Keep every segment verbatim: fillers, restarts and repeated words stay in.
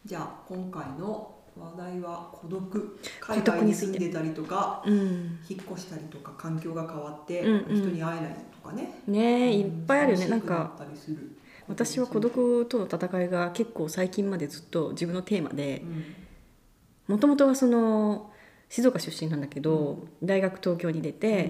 じゃあ今回の話題は孤独。海外に住んでたりとか、うん、引っ越したりとか環境が変わって、うんうん、人に会えないとかね。 ねえ、うん、いっぱいあるよね。 なんか私は孤独との戦いが結構最近までずっと自分のテーマで、もともとはその静岡出身なんだけど、うん、大学東京に出て、うんうんうん、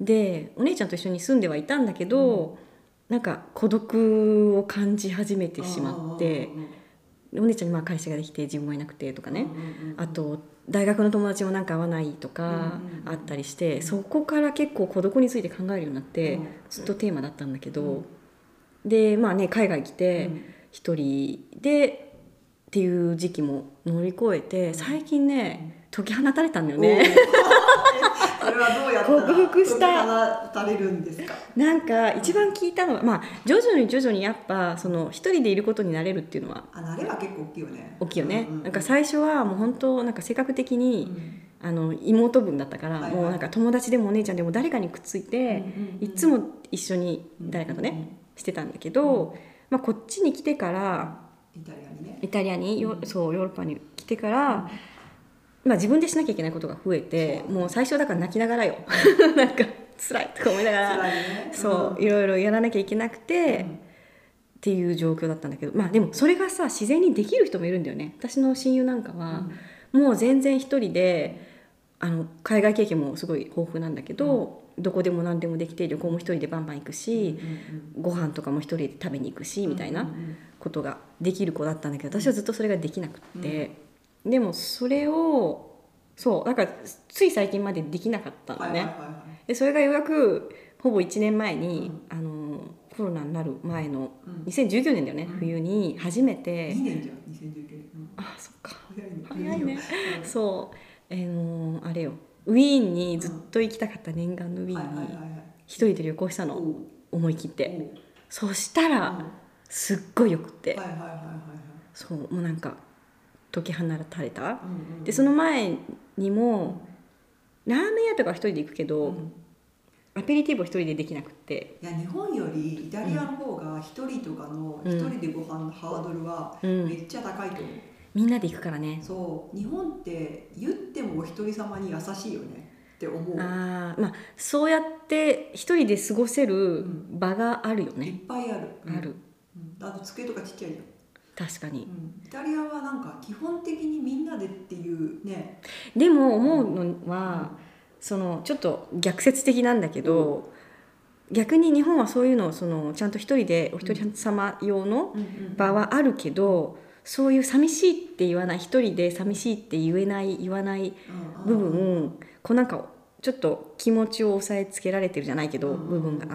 でお姉ちゃんと一緒に住んではいたんだけど、うん、なんか孤独を感じ始めてしまって、お姉ちゃんにまあ彼氏ができて自分もいなくてとかね、うんうんうん、あと大学の友達もなんか合わないとかあったりして、うんうんうん、そこから結構孤独について考えるようになって、うん、ずっとテーマだったんだけど、うん、でまあね海外来て一人でっていう時期も乗り越えて、最近ね解き放たれたんだよね。 それはどうやったら克服した解き放たれるんですか？ なんか一番聞いたのは、まあ、徐々に徐々にやっぱその一人でいることになれるっていうのは、 あ、慣れは結構大きいよね。 大きいよね、 うんうんうん、 なんか最初はもう本当なんか性格的に、うん、あの妹分だったから、はいはい、もうなんか友達でもお姉ちゃんでも誰かにくっついて、うんうんうん、いつも一緒に誰かとね、うんうん、してたんだけど、うん、まあ、こっちに来てからイタリアにねイタリアに、うん、そうヨーロッパに来てから、うん、まあ、自分でしなきゃいけないことが増えて、もう最初だから泣きながらよなんか辛いとか思いながら、ね、そう、うん、いろいろやらなきゃいけなくて、うん、っていう状況だったんだけど、まあでもそれがさ自然にできる人もいるんだよね。私の親友なんかは、うん、もう全然一人であの海外経験もすごい豊富なんだけど、うん、どこでも何でもできて旅行も一人でバンバン行くし、うん、ご飯とかも一人で食べに行くしみたいなことができる子だったんだけど、私はずっとそれができなくって、うん、でもそれをそうだからつい最近までできなかったんだね、はいはいはいはい、でそれがようやくほぼいちねんまえに、うん、あのコロナになる前のにせんじゅうきゅうねんだよね、うん、冬に初めてにねんじゃんにせんじゅうきゅうねん、うん、 あそっか早いねそう、えー、のあれよウィーンにずっと行きたかった念願のウィーンに一人で旅行したの、うん、思い切ってそしたらすっごいよくって、はいはいはいはい、そうもうなんか解き放たれた、うんうん、でその前にも、うん、ラーメン屋とか一人で行くけど、うん、アペリティブを一人でできなくて、 いや日本よりイタリアの方が一人とかの一人でご飯のハードルはめっちゃ高いと思う、うん、 みんなで行くからね。 そう日本って言ってもお一人様に優しいよねって思う。 あ、まあ、そうやって一人で過ごせる場があるよね、 うん、いっぱいある、 ある、 うん、あと机とかちっちゃいじゃん。 確かに、 うん、イタリアはなんか基本的にみんなでっていうね。 でも思うのは、うん、そのちょっと逆説的なんだけど、うん、逆に日本はそういうのをそのちゃんと一人でお一人様用の場はあるけど、そういう寂しいって言わない、一人で寂しいって言えない言わない部分、うん、こうなんかちょっと気持ちを抑えつけられてるじゃないけど、部分があって、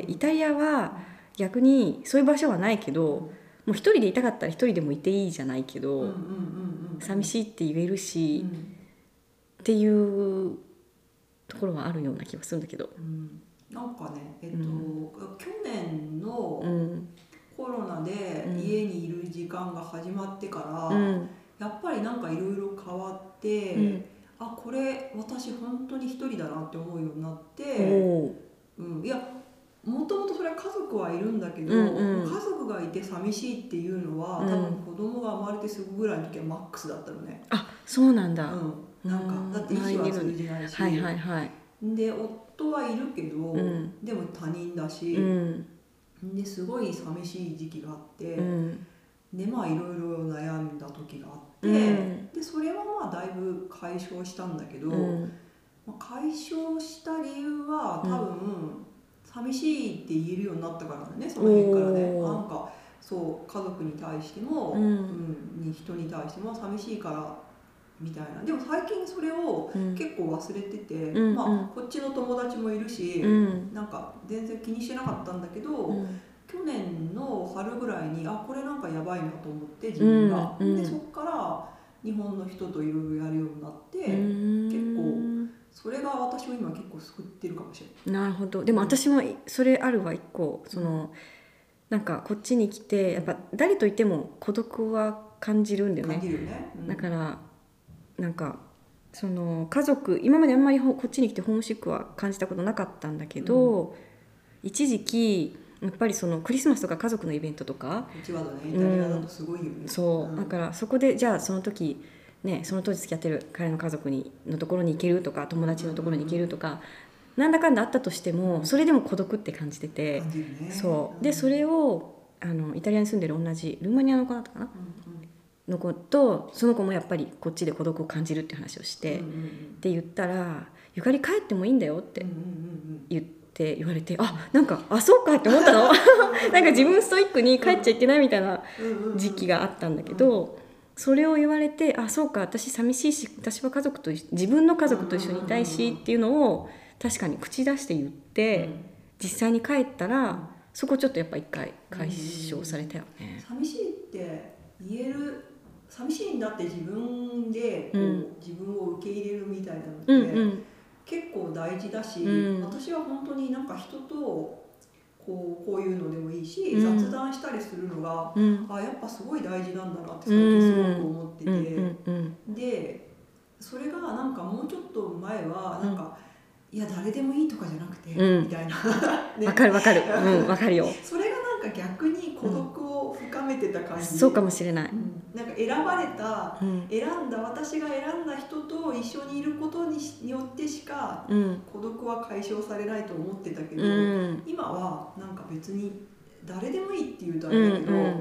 イタリアは逆にそういう場所はないけど、もう一人でいたかったら一人でもいていいじゃないけど、寂しいって言えるし、うん、っていうところはあるような気がするんだけど、 うん、なんかね、えっとうん、去年のコロナで家にいる時間が始まってから、うん、やっぱりなんかいろいろ変わって、うん、あこれ私本当に一人だなって思うようになって、うん、いやもともとそれは家族はいるんだけど、うんうん、家族がいて寂しいっていうのは、うん、多分子供が生まれてすぐぐらいの時はマックスだったのね。 あ、そうなんだ、 うん、なんかだって意思は通じないし、 はいはいはい、 で夫はいるけど、うん、でも他人だし、うん、ですごい寂しい時期があって、うん、でまあいろいろ悩んだ時があって、うん、でそれはまあだいぶ解消したんだけど、うんまあ、解消した理由は多分、うん寂しいって言えるようになったからね、その辺からね。なんかそう家族に対しても、うんうん、人に対しても寂しいからみたいな。でも最近それを結構忘れてて、うん、まあこっちの友達もいるし、うん、なんか全然気にしてなかったんだけど、うん、去年の春ぐらいにあこれなんかやばいなと思って自分が、うん、でそっから日本の人といろいろやるようになって、うん、結構それが私を今結構救ってるかもしれない。 なるほど。でも私もそれあるわ一個、そのなんかこっちに来てやっぱ誰といても孤独は感じるんだよね。 感じるね、うん、 だからなんかその家族今まであんまりこっちに来てホームシックは感じたことなかったんだけど、うん、一時期やっぱりそのクリスマスとか家族のイベントとか、 うちはねイタリアだとすごいよね、 うん、そう、うん、だからそこでじゃあその時ね、その当時付き合ってる彼の家族にのところに行けるとか友達のところに行けるとか、うん、なんだかんだあったとしてもそれでも孤独って感じてて、 ね、 そうでそれをあのイタリアに住んでる同じルーマニアの子だったかな、うんうん、の子とその子もやっぱりこっちで孤独を感じるっていう話をして、うんうんうん、って言ったらゆかり帰ってもいいんだよって言って、って言われて、あ、なんかあそうかって思ったのなんか自分ストイックに帰っちゃいけないみたいな時期があったんだけど、それを言われて、あ、そうか、私寂しいし、私は家族と自分の家族と一緒にいたいしっていうのを確かに口出して言って、実際に帰ったらそこちょっとやっぱ一回解消されたよね。 寂しいって言える、寂しいんだって自分でこう、うん、自分を受け入れるみたいなのって、うんうん、結構大事だし、うん、私は本当になんか人とこう、こういうのでもいいし、うん、雑談したりするのが、うん、あ、やっぱすごい大事なんだなって最近すごく思ってて、うんうんうん、でそれがなんかもうちょっと前はなんか、うん、いや誰でもいいとかじゃなくて、うん、みたいなね、わかるわかる、うん、わかるよ。 それがなんか逆に孤独を深めてた感じ、 うん、そうかもしれない、 うん、なんか選ばれた、うん、選んだ私が選んだ人と一緒にいることによってしか孤独は解消されないと思ってたけど、うん、今はなんか別に誰でもいいっていうとあれだけど、うんうんうん、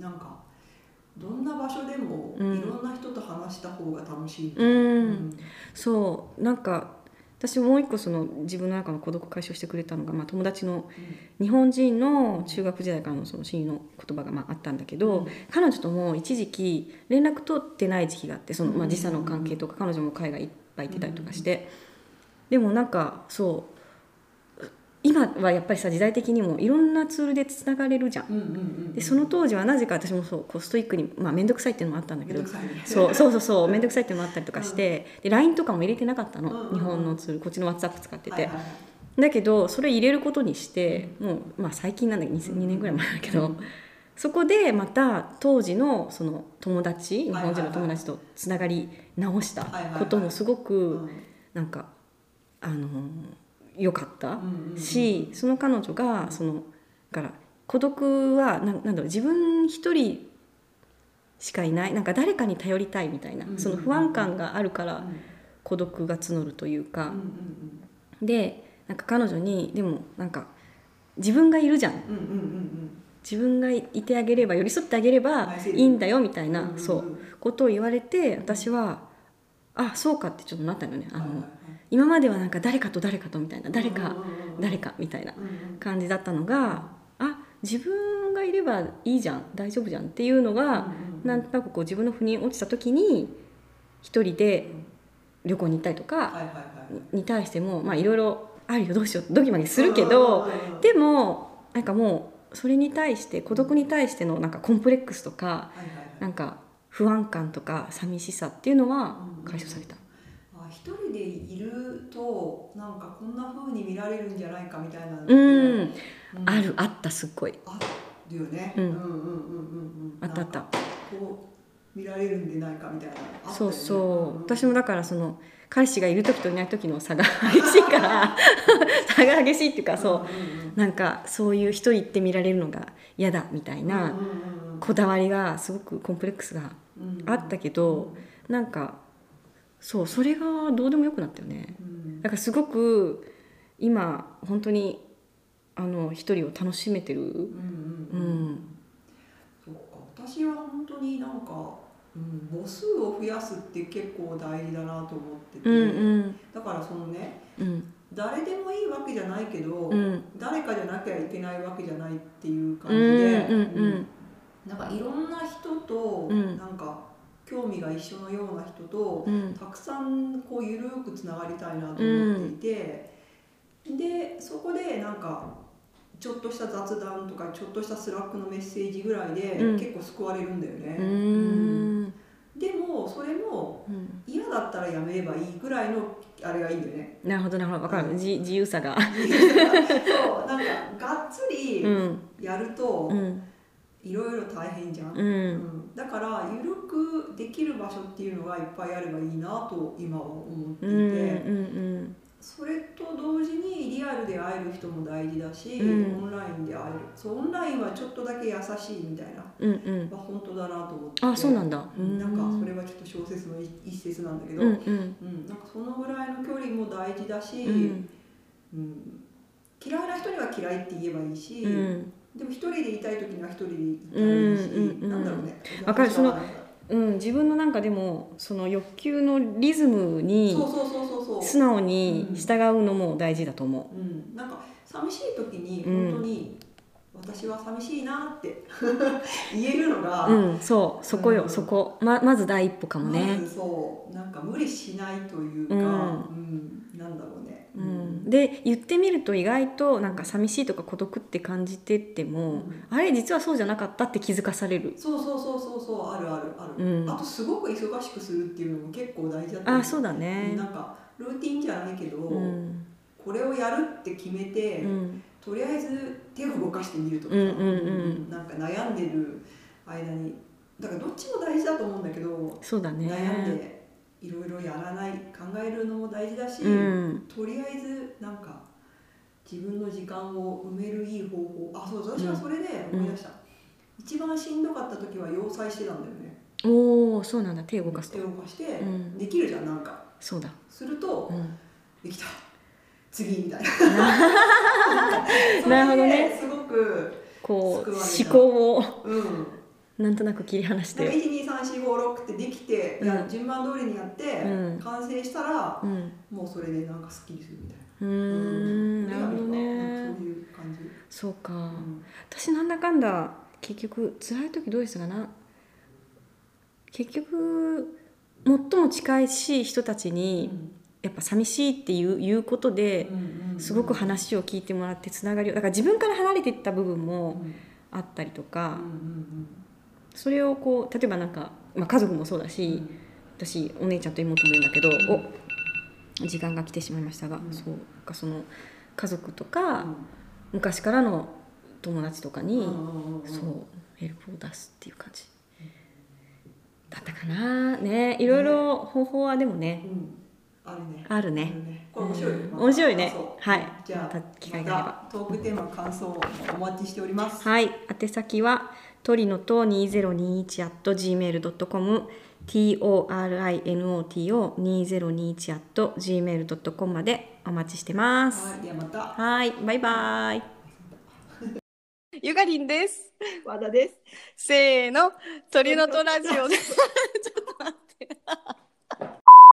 なんかどんな場所でもいろんな人と話した方が楽しい、 うんうん、そうなんか私もう一個その自分の中の孤独解消してくれたのが、まあ、友達の日本人の中学時代からのその親友の言葉がまああったんだけど、うん、彼女とも一時期連絡取ってない時期があって、そのまあ時差の関係とか彼女も海外いっぱい行ってたりとかして、でもなんかそう今はやっぱりさ時代的にもいろんなツールでつながれるじゃん、うんうんうん、でその当時はなぜか私もそうこうストイックに、まあ、面倒くさいっていうのもあったんだけど、そうそうそうそう面倒くさいっていうのもあったりとかして、うん、で ライン とかも入れてなかったの、うんうんうん、日本のツールこっちの WhatsApp 使ってて、はいはいはい、だけどそれ入れることにして、うん、もう、まあ、最近なんだけどにねんぐらい前だけど、うん、そこでまた当時のその友達日本人の友達とつながり直したこともすごくなんかあの良かったし、うんうんうん、その彼女がそのから孤独は な, なんだろう自分一人しかいないなんか誰かに頼りたいみたいな、うんうんうん、その不安感があるから孤独が募るというか、うんうんうん、でなんか彼女にでもなんか自分がいるじゃん、うんうんうんうん、自分がいてあげれば寄り添ってあげればいいんだよみたいな、うんうんうん、そうことを言われて私はあそうかってちょっとなったのね。あの、はいはいはい、今まではなんか誰かと誰かとみたいな誰か誰かみたいな感じだったのが、あ自分がいればいいじゃん大丈夫じゃんっていうのがなんとなくこう自分の腑に落ちた時に一人で旅行に行ったりとかに対してもまあいろいろあるよどうしようドギマギするけど、でもなんかもうそれに対して孤独に対してのなんかコンプレックスとかなんか不安感とか寂しさっていうのは解消された。 うんうん、一人でいるとなんかこんな風に見られるんじゃないかみたいなのって、 うんうん、あるあったすっごいあるよね。うんうんうんうんうん。 あったあった。 こう見られるんでないかみたいな、ね。 そうそう、うんうん、私もだからその彼氏がいる時といない時の差が激しいから差が激しいっていうかそう、うんうんうん、なんかそういう一人って見られるのが嫌だみたいなこだわりがすごくコンプレックスがあったけど、うんうん、なんかそうそれがどうでもよくなったよね、うん、だからすごく今本当にあの一人を楽しめてる。うんうんうんうん、そうか私は本当になんかうん、母数を増やすって結構大事だなと思ってて、うんうん、だからそのね、うん、誰でもいいわけじゃないけど、うん、誰かじゃなきゃいけないわけじゃないっていう感じで、うんうんうん、なんかいろんな人と、うん、なんか興味が一緒のような人と、うん、たくさんこうゆるくつながりたいなと思っていて、うん、でそこでなんかちょっとした雑談とかちょっとしたスラックのメッセージぐらいで結構救われるんだよね、うんうん、でもそれも嫌だったらやめればいいぐらいのあれがいいんだよね。 なるほどなるほど分かる、うん、自, 自由さがそうなんかがっつりやるといろいろ大変じゃん、うんうん、だからゆるくできる場所っていうのがいっぱいあればいいなと今は思っていて、うんうんうん、 それと同時にリアルで会える人も大事だし、 うん、 オンラインで会える。そうオンラインはちょっとだけ優しいみたいな、 うんうんまあ、本当だなと思って。 あそうなんだうん、なんかそれはちょっと小説の一節なんだけど、うんうんうんなんかそのぐらいの距離も大事だし、 うんうん嫌いな人には嫌いって言えばいいし、 うんでも一人でいたい時には一人でいたうんらいいし、 うんうんなんだろうね。 わかるその私はうん、自分のなんかでもその欲求のリズムにそうそうそうそうそう。 素直に従うのも大事だと思うん、なんか寂しい時にうん本当に私は寂しいなって言えるのが、 う、うん、そうそこよ、 うんそこままず第一歩かもまね、 ずそうなんか無理しないというか、 うんうんなんだろうね。 うん、で言ってみると意外となんか寂しいとか孤独って感じてっても、 うんあれ実はそうじゃなかったって気づかされる。 そうそうそうそうそうあるあるある、 うんあとすごく忙しくするっていうのも結構大事だったりあそうだねなんかルーティンじゃないけど、 うんこれをやるって決めて、 うんとりあえず手を動かしてみるとかさ、 うんうんうんなんか悩んでる間にだからどっちも大事だと思うんだけど、 そうだね悩んでいろいろやらない考えるのも大事だし、 うんとりあえずなんか自分の時間を埋めるいい方法あそう私はそれで思い出した、一番しんどかった時は洋裁してたんだよね。 おおそうなんだ手を動かすと手を動かして、 うんできるじゃんなんかそうだ、 すると、 うん、 できた次みたいなるほどねすごくこう救われた思考をうんなんとなく切り離しなんかていちにさんしごろくってできて、 うんいや順番通りにやって、 うん完成したら、 うんもうそれでなんかすっきりするみたいな。 うーんなるほどなんねかそういう感じ。 そうか、 うん私なんだかんだ結局辛い時どうですかな結局最も近しい人たちにやっぱ寂しいっていう言うことでうんうんすごく話を聞いてもらってつながりをだから自分から離れていった部分もうんあったりとうかんそれをこう例えばなんか、まあ、家族もそうだうんし私お姉ちゃんと妹もいるんだけど、お時間が来てしまいましたが、 うんそうなんかその家族とか、 うん昔からの友達とかに、 うんうんうんそうヘルプを出すっていう感じだったかなねいろいろ方法はでもね、 うんあるね。 あるねあるねこれ面白いよ。 うんまた面白いねそうはいじゃあまた機会があればまたトークテーマ感想をお待ちしております。 はい宛先はトリノとにせんにじゅういち at ジーメールドットコム トリノト にせんにじゅういち at ジーメールドットコム までお待ちしてますはいではまた。 はいバイバイゆかりんです和田です。 せーの鳥のとラジオでちょっと待って